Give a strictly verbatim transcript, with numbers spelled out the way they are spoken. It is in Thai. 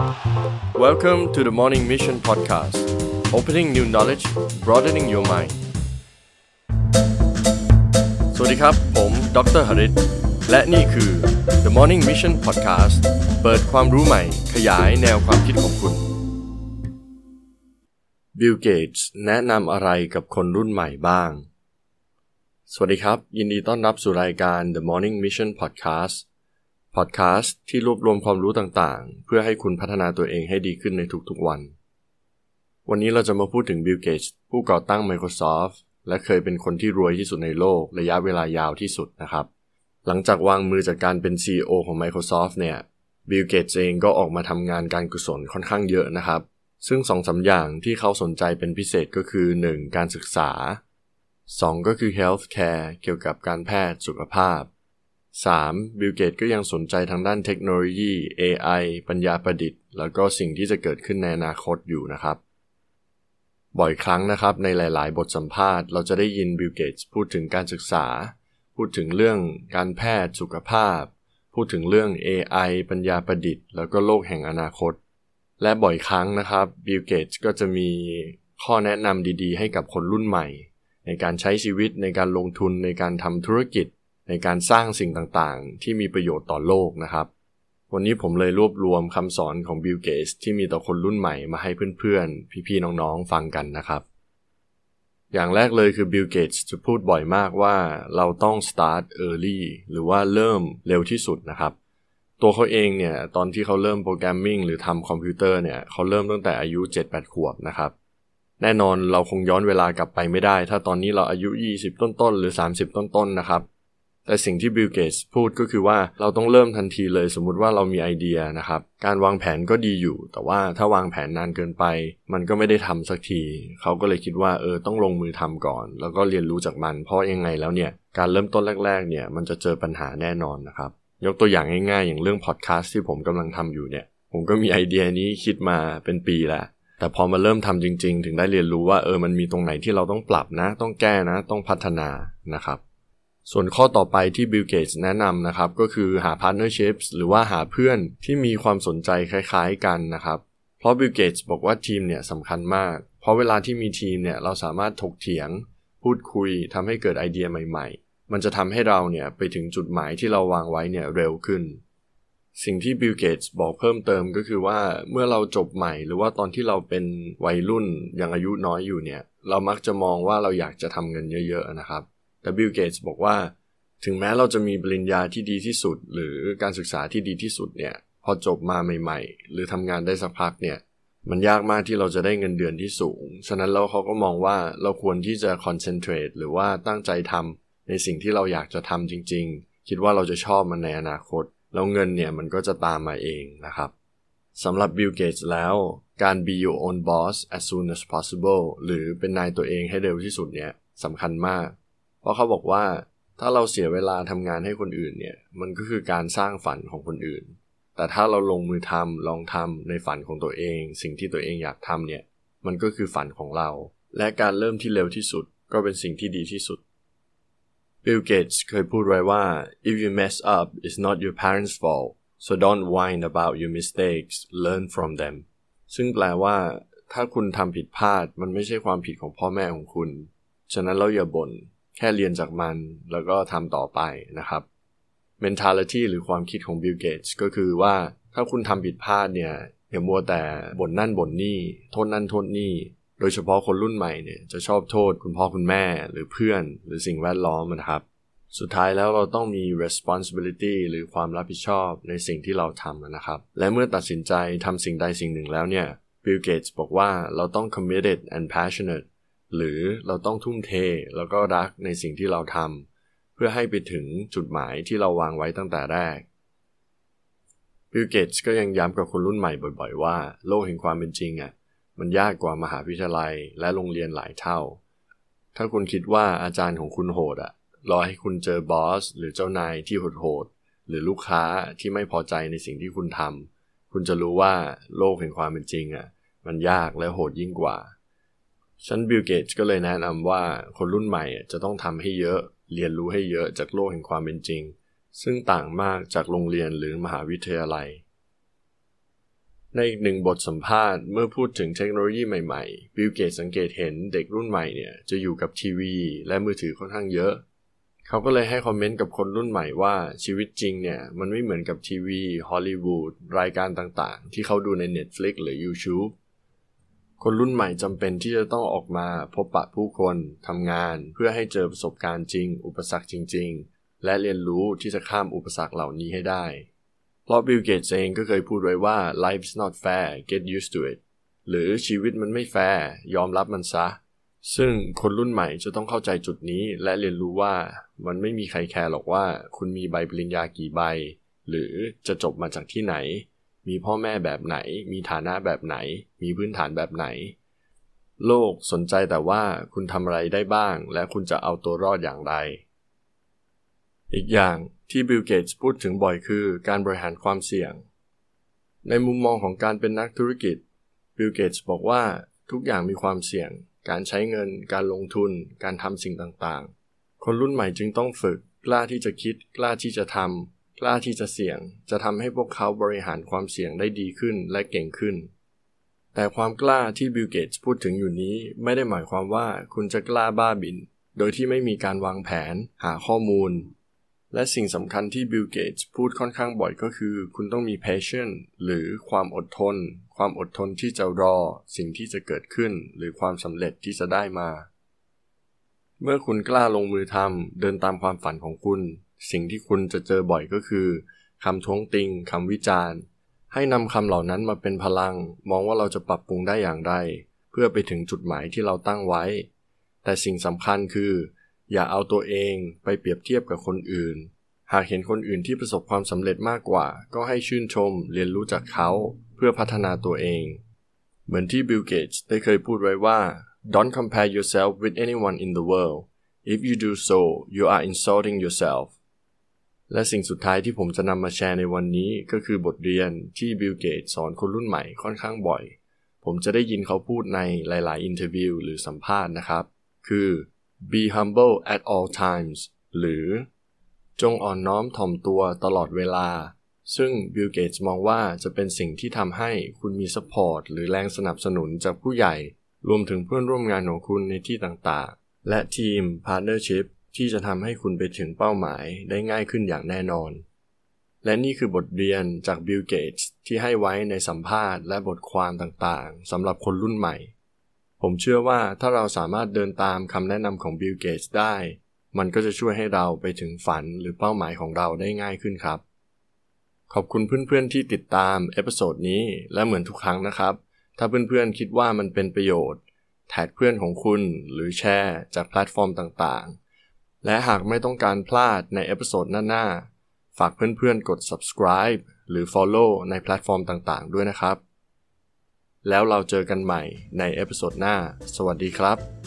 Welcome to the Morning Mission Podcast. Opening new knowledge, broadening your mind. สวัสดีครับผมดร.หริตและนี่คือ The Morning Mission Podcast เปิดความรู้ใหม่ขยายแนวความคิดของคุณ Bill Gates แนะนำอะไรกับคนรุ่นใหม่บ้างสวัสดีครับยินดีต้อนรับสู่รายการ The Morning Mission Podcast Podcast ที่รวบรวมความรู้ต่างๆเพื่อให้คุณพัฒนาตัวเองให้ดีขึ้นในทุกๆวันวันนี้เราจะมาพูดถึง Bill Gates ผู้ก่อตั้ง Microsoft และเคยเป็นคนที่รวยที่สุดในโลกระยะเวลายาวที่สุดนะครับหลังจากวางมือจากการเป็น ซี อี โอ ของ Microsoft เนี่ย Bill Gates เองก็ออกมาทำงานการกุศลค่อนข้างเยอะนะครับซึ่ง สองถึงสาม อย่างที่เขาสนใจเป็นพิเศษก็คือ หนึ่ง การศึกษาสองก็คือ Healthcare เกี่ยวกับการแพทย์สุขภาพสาม Bill Gates ก็ยังสนใจทางด้านเทคโนโลยี เอ ไอ ปัญญาประดิษฐ์แล้วก็สิ่งที่จะเกิดขึ้นในอนาคตอยู่นะครับบ่อยครั้งนะครับในหลายๆบทสัมภาษณ์เราจะได้ยิน Bill Gates พูดถึงการศึกษาพูดถึงเรื่องการแพทย์สุขภาพพูดถึงเรื่อง เอ ไอ ปัญญาประดิษฐ์แล้วก็โลกแห่งอนาคตและบ่อยครั้งนะครับ Bill Gates ก็จะมีข้อแนะนำดีๆให้กับคนรุ่นใหม่ในการใช้ชีวิตในการลงทุนในการทำธุรกิจในการสร้างสิ่งต่างๆที่มีประโยชน์ต่อโลกนะครับวันนี้ผมเลยรวบรวมคำสอนของ Bill Gates ที่มีต่อคนรุ่นใหม่มาให้เพื่อนๆพี่ๆน้องๆฟังกันนะครับอย่างแรกเลยคือ Bill Gates จะพูดบ่อยมากว่าเราต้อง start early หรือว่าเริ่มเร็วที่สุดนะครับตัวเขาเองเนี่ยตอนที่เขาเริ่มโปรแกรมมิ่งหรือทำคอมพิวเตอร์เนี่ยเขาเริ่มตั้งแต่อายุ เจ็ดแปด ขวบนะครับแน่นอนเราคงย้อนเวลากลับไปไม่ได้ถ้าตอนนี้เราอายุยี่สิบต้นๆหรือสามสิบต้นๆนะครับแต่สิ่งที่ Bill Gates พูดก็คือว่าเราต้องเริ่มทันทีเลยสมมุติว่าเรามีไอเดียนะครับการวางแผนก็ดีอยู่แต่ว่าถ้าวางแผนนานเกินไปมันก็ไม่ได้ทำสักทีเขาก็เลยคิดว่าเออต้องลงมือทำก่อนแล้วก็เรียนรู้จากมันเพราะยังไงแล้วเนี่ยการเริ่มต้นแรกๆเนี่ยมันจะเจอปัญหาแน่นอนนะครับยกตัวอย่างง่ายๆอย่างเรื่องพอดแคสต์ที่ผมกำลังทำอยู่เนี่ยผมก็มีไอเดียนี้คิดมาเป็นปีแล้วแต่พอมาเริ่มทำจริงๆถึงได้เรียนรู้ว่าเออมันมีตรงไหนที่เราต้องปรับนะต้องแก้นะต้องพัฒนานะครับส่วนข้อต่อไปที่ Bill Gates แนะนำนะครับก็คือหา partnerships หรือว่าหาเพื่อนที่มีความสนใจคล้ายๆกันนะครับเพราะ Bill Gates บอกว่าทีมเนี่ยสำคัญมากเพราะเวลาที่มีทีมเนี่ยเราสามารถถกเถียงพูดคุยทำให้เกิดไอเดียใหม่ๆมันจะทำให้เราเนี่ยไปถึงจุดหมายที่เราวางไว้เนี่ยเร็วขึ้นสิ่งที่ Bill Gates บอกเพิ่มเติมก็คือว่าเมื่อเราจบใหม่หรือว่าตอนที่เราเป็นวัยรุ่นยังอายุน้อยอยู่เนี่ยเรามักจะมองว่าเราอยากจะทำเงินเยอะๆนะครับแต่ Bill Gates บอกว่าถึงแม้เราจะมีปริญญาที่ดีที่สุดหรือการศึกษาที่ดีที่สุดเนี่ยพอจบมาใหม่ๆหรือทำงานได้สักพักเนี่ยมันยากมากที่เราจะได้เงินเดือนที่สูงฉะนั้นแล้วเขาก็มองว่าเราควรที่จะ concentrate หรือว่าตั้งใจทำในสิ่งที่เราอยากจะทำจริงๆคิดว่าเราจะชอบมันในอนาคตแล้วเงินเนี่ยมันก็จะตามมาเองนะครับสำหรับ Bill Gates แล้วการ be your own boss as soon as possible หรือเป็นนายตัวเองให้เร็วที่สุดเนี่ยสำคัญมากเพราะเขาบอกว่าถ้าเราเสียเวลาทำงานให้คนอื่นเนี่ยมันก็คือการสร้างฝันของคนอื่นแต่ถ้าเราลงมือทำลองทำในฝันของตัวเองสิ่งที่ตัวเองอยากทำเนี่ยมันก็คือฝันของเราและการเริ่มที่เร็วที่สุดก็เป็นสิ่งที่ดีที่สุด Bill Gates เคยพูดไว้ว่า if you mess up it's not your parents' fault so don't whine about your mistakes learn from them ซึ่งแปลว่าถ้าคุณทำผิดพลาดมันไม่ใช่ความผิดของพ่อแม่ของคุณฉะนั้นเราอย่าบ่นแค่เรียนจากมันแล้วก็ทำต่อไปนะครับ mentality หรือความคิดของ Bill Gates ก็คือว่าถ้าคุณทำผิดพลาดเนี่ยอย่ามัวแต่บ่นนั่นบ่นนี่โทษนั่นโทษนี่โดยเฉพาะคนรุ่นใหม่เนี่ยจะชอบโทษคุณพ่อคุณแม่หรือเพื่อนหรือสิ่งแวดล้อมนะครับสุดท้ายแล้วเราต้องมี responsibility หรือความรับผิดชอบในสิ่งที่เราทำนะครับและเมื่อตัดสินใจทำสิ่งใดสิ่งหนึ่งแล้วเนี่ย Bill Gates บอกว่าเราต้อง committed and passionateหรือเราต้องทุ่มเทแล้วก็รักในสิ่งที่เราทำเพื่อให้ไปถึงจุดหมายที่เราวางไว้ตั้งแต่แรก Bill Gates ก็ยังย้ำกับคนรุ่นใหม่บ่อยๆว่าโลกแห่งความเป็นจริงอ่ะมันยากกว่ามหาวิทยาลัยและโรงเรียนหลายเท่าถ้าคุณคิดว่าอาจารย์ของคุณโหดอ่ะรอให้คุณเจอบอสหรือเจ้านายที่โหดๆหรือลูกค้าที่ไม่พอใจในสิ่งที่คุณทำคุณจะรู้ว่าโลกแห่งความเป็นจริงอ่ะมันยากและโหดยิ่งกว่าฉัน Bill Gates ก็เลยแนะนำว่าคนรุ่นใหม่จะต้องทำให้เยอะเรียนรู้ให้เยอะจากโลกแห่งความเป็นจริงซึ่งต่างมากจากโรงเรียนหรือมหาวิทยาลัยในอีกหนึ่งบทสัมภาษณ์เมื่อพูดถึงเทคโนโลยีใหม่ๆบิลเกตส์สังเกตเห็นเด็กรุ่นใหม่เนี่ยจะอยู่กับทีวีและมือถือค่อนข้างเยอะเขาก็เลยให้คอมเมนต์กับคนรุ่นใหม่ว่าชีวิตจริงเนี่ยมันไม่เหมือนกับทีวีฮอลลีวูดรายการต่างๆที่เขาดูใน Netflix หรือ YouTube คนรุ่นใหม่จำเป็นที่จะต้องออกมาพบปะผู้คนทำงานเพื่อให้เจอประสบการณ์จริงอุปสรรคจริงๆและเรียนรู้ที่จะข้ามอุปสรรคเหล่านี้ให้ได้เพราะบิลเกตส์เองก็เคยพูดไว้ว่า life's not fair get used to it หรือชีวิตมันไม่แฟร์ยอมรับมันซะซึ่งคนรุ่นใหม่จะต้องเข้าใจจุดนี้และเรียนรู้ว่ามันไม่มีใครแคร์หรอกว่าคุณมีใบปริญญากี่ใบหรือจะจบมาจากที่ไหนมีพ่อแม่แบบไหนมีฐานะแบบไหนมีพื้นฐานแบบไหนโลกสนใจแต่ว่าคุณทำอะไรได้บ้างและคุณจะเอาตัวรอดอย่างไรอีกอย่างที่บิลเกตส์พูดถึงบ่อยคือการบริหารความเสี่ยงในมุมมองของการเป็นนักธุรกิจบิลเกตส์บอกว่าทุกอย่างมีความเสี่ยงการใช้เงินการลงทุนการทำสิ่งต่างๆคนรุ่นใหม่จึงต้องฝึกกล้าที่จะคิดกล้าที่จะทำกล้าที่จะเสี่ยงจะทำให้พวกเขาบริหารความเสี่ยงได้ดีขึ้นและเก่งขึ้นแต่ความกล้าที่บิลเกตส์พูดถึงอยู่นี้ไม่ได้หมายความว่าคุณจะกล้าบ้าบิ่นโดยที่ไม่มีการวางแผนหาข้อมูลและสิ่งสำคัญที่บิลเกตส์พูดค่อนข้างบ่อยก็คือคุณต้องมี patience หรือความอดทนความอดทนที่จะรอสิ่งที่จะเกิดขึ้นหรือความสำเร็จที่จะได้มาเมื่อคุณกล้าลงมือทำเดินตามความฝันของคุณสิ่งที่คุณจะเจอบ่อยก็คือคำท้วงติงคำวิจารณ์ให้นำคำเหล่านั้นมาเป็นพลังมองว่าเราจะปรับปรุงได้อย่างไรเพื่อไปถึงจุดหมายที่เราตั้งไว้แต่สิ่งสำคัญคืออย่าเอาตัวเองไปเปรียบเทียบกับคนอื่นหากเห็นคนอื่นที่ประสบความสำเร็จมากกว่าก็ให้ชื่นชมเรียนรู้จากเขาเพื่อพัฒนาตัวเองเหมือนที่บิลเกตส์ได้เคยพูดไว้ว่า Don't compare yourself with anyone in the world. If you do so, you are insulting yourself. และสิ่งสุดท้ายที่ผมจะนำมาแชร์ในวันนี้ก็คือบทเรียนที่บิลเกตส์สอนคนรุ่นใหม่ค่อนข้างบ่อยผมจะได้ยินเขาพูดในหลายๆอินเทอร์วิวหรือสัมภาษณ์นะครับคือ Be humble at all times หรือจงอ่อนน้อมถ่อมตัวตลอดเวลาซึ่งบิลเกตส์มองว่าจะเป็นสิ่งที่ทำให้คุณมีซัพพอร์ตหรือแรงสนับสนุนจากผู้ใหญ่รวมถึงเพื่อนร่วมงานของคุณในที่ต่างๆและทีม Partnership ที่จะทำให้คุณไปถึงเป้าหมายได้ง่ายขึ้นอย่างแน่นอนและนี่คือบทเรียนจากบิลเกตส์ที่ให้ไว้ในสัมภาษณ์และบทความต่างๆสำหรับคนรุ่นใหม่ผมเชื่อว่าถ้าเราสามารถเดินตามคำแนะนำของบิลเกตส์ได้มันก็จะช่วยให้เราไปถึงฝันหรือเป้าหมายของเราได้ง่ายขึ้นครับขอบคุณเพื่อนๆที่ติดตามเอพิโซดนี้และเหมือนทุกครั้งนะครับถ้าเพื่อนๆคิดว่ามันเป็นประโยชน์แท็กเพื่อนของคุณหรือแชร์จากแพลตฟอร์มต่างๆและหากไม่ต้องการพลาดในเอพิโซดหน้าๆฝากเพื่อนๆกด subscribe หรือ follow ในแพลตฟอร์มต่างๆด้วยนะครับแล้วเราเจอกันใหม่ในเอพิโซดหน้าสวัสดีครับ